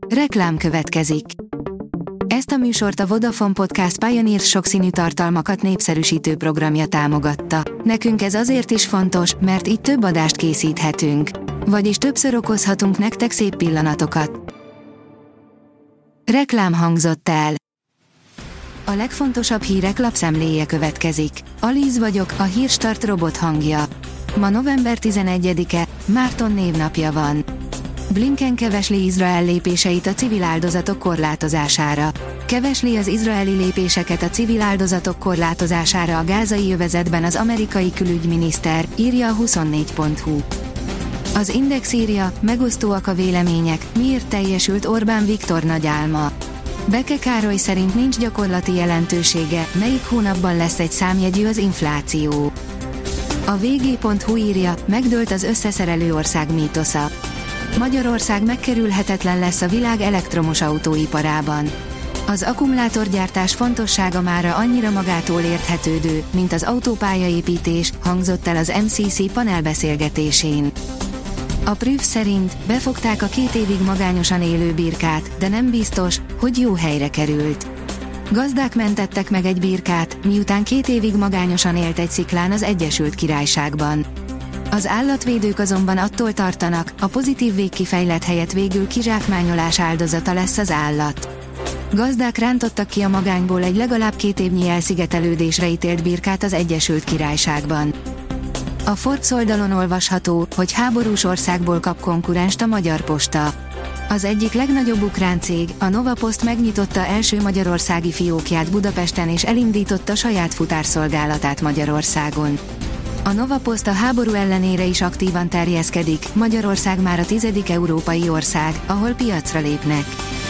Reklám következik. Ezt a műsort a Vodafone Podcast Pioneer sokszínű tartalmakat népszerűsítő programja támogatta. Nekünk ez azért is fontos, mert így több adást készíthetünk. Vagyis többször okozhatunk nektek szép pillanatokat. Reklám hangzott el. A legfontosabb hírek lapszemléje következik. Alíz vagyok, a Hírstart robot hangja. Ma november 11-e, Márton névnapja van. Blinken kevesli Izrael lépéseit a civil áldozatok korlátozására. Kevesli az izraeli lépéseket a civil áldozatok korlátozására a gázai övezetben az amerikai külügyminiszter, írja a 24.hu. Az Index írja, megosztóak a vélemények, miért teljesült Orbán Viktor nagy álma. Beke Károly szerint nincs gyakorlati jelentősége, melyik hónapban lesz egy számjegyű az infláció. A vg.hu írja, megdőlt az összeszerelő ország mítosza. Magyarország megkerülhetetlen lesz a világ elektromos autóiparában. Az akkumulátorgyártás fontossága mára annyira magától érthetődő, mint az autópályaépítés, hangzott el az MCC panelbeszélgetésén. A Prüf szerint befogták a 2 évig magányosan élő birkát, de nem biztos, hogy jó helyre került. Gazdák mentettek meg egy birkát, miután 2 évig magányosan élt egy sziklán az Egyesült Királyságban. Az állatvédők azonban attól tartanak, a pozitív végkifejlet helyett végül kizsákmányolás áldozata lesz az állat. Gazdák rántottak ki a magányból egy legalább 2 évnyi elszigetelődésre ítélt birkát az Egyesült Királyságban. A Forbes oldalon olvasható, hogy háborús országból kap konkurenst a Magyar Posta. Az egyik legnagyobb ukrán cég, a Nova Post megnyitotta első magyarországi fiókját Budapesten és elindította saját futárszolgálatát Magyarországon. A Nova Post a háború ellenére is aktívan terjeszkedik, Magyarország már a 10. európai ország, ahol piacra lépnek.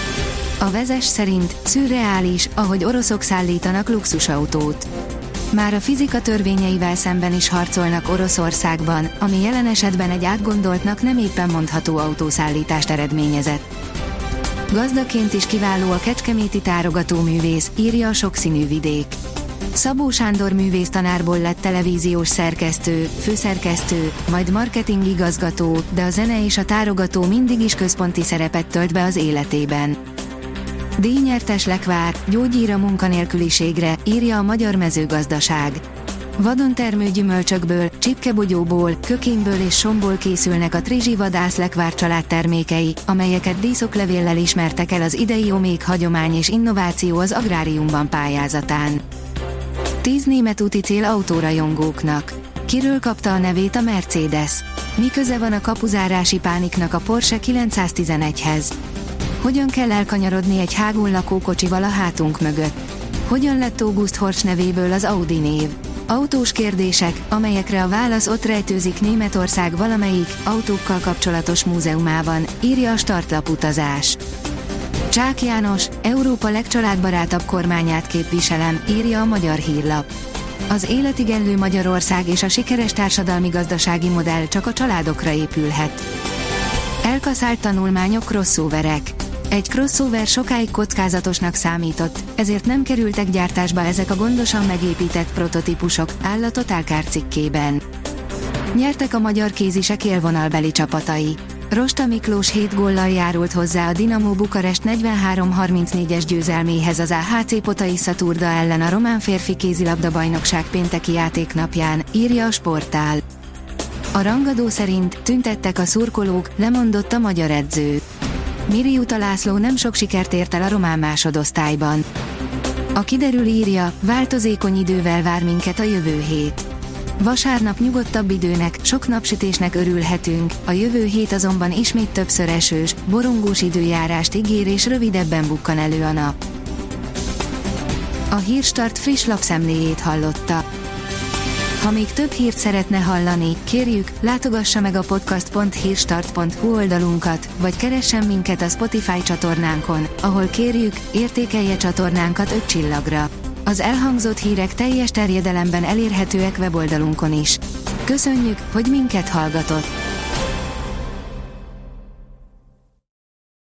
A Vezes szerint szürreális, ahogy oroszok szállítanak luxusautót. Már a fizika törvényeivel szemben is harcolnak Oroszországban, ami jelen esetben egy átgondoltnak nem éppen mondható autószállítást eredményezett. Gazdaként is kiváló a kecskeméti tárogatóművész, írja a sokszínű vidék. Szabó Sándor művésztanárból lett televíziós szerkesztő, főszerkesztő, majd marketingigazgató, de a zene és a tárogató mindig is központi szerepet tölt be az életében. Díjnyertes lekvár, gyógyír a munkanélküliségre, írja a Magyar Mezőgazdaság. Vadon termő gyümölcsökből, csipkebogyóból, kökényből és somból készülnek a Trizsi Vadász lekvár család termékei, amelyeket díszoklevéllel ismertek el az idei Omék hagyomány és innováció az agráriumban pályázatán. 10 német úticél autórajongóknak. Kiről kapta a nevét a Mercedes? Mi köze van a kapuzárási pániknak a Porsche 911-hez? Hogyan kell elkanyarodni egy hágón lakókocsival a hátunk mögött? Hogyan lett August Horch nevéből az Audi név? Autós kérdések, amelyekre a válasz ott rejtőzik Németország valamelyik autókkal kapcsolatos múzeumában, írja a Startlap utazás. Csák János, Európa legcsaládbarátabb kormányát képviselem, írja a Magyar Hírlap. Az életigenlő Magyarország és a sikeres társadalmi-gazdasági modell csak a családokra épülhet. Elkaszált tanulmányok crossoverek. Egy crossover sokáig kockázatosnak számított, ezért nem kerültek gyártásba ezek a gondosan megépített prototípusok, áll a Totalkár cikkében. Nyertek a magyar kézisek élvonalbeli csapatai. Rosta Miklós 7 góllal járult hozzá a Dinamo Bukarest 43-34-es győzelméhez az AHC Potaissa Turda ellen a román férfi kézilabda-bajnokság pénteki játéknapján, írja a Sportál. A rangadó szerint tüntettek a szurkolók, lemondott a magyar edző. Miriuta László nem sok sikert ért el a román másodosztályban. A Kiderül írja, változékony idővel vár minket a jövő hét. Vasárnap nyugodtabb időnek, sok napsütésnek örülhetünk, a jövő hét azonban ismét többször esős, borongós időjárást ígér és rövidebben bukkan elő a nap. A Hírstart friss lapszemléjét hallotta. Ha még több hírt szeretne hallani, kérjük, látogassa meg a podcast.hírstart.hu oldalunkat, vagy keressen minket a Spotify csatornánkon, ahol kérjük, értékelje csatornánkat 5 csillagra. Az elhangzott hírek teljes terjedelemben elérhetőek weboldalunkon is. Köszönjük, hogy minket hallgatott!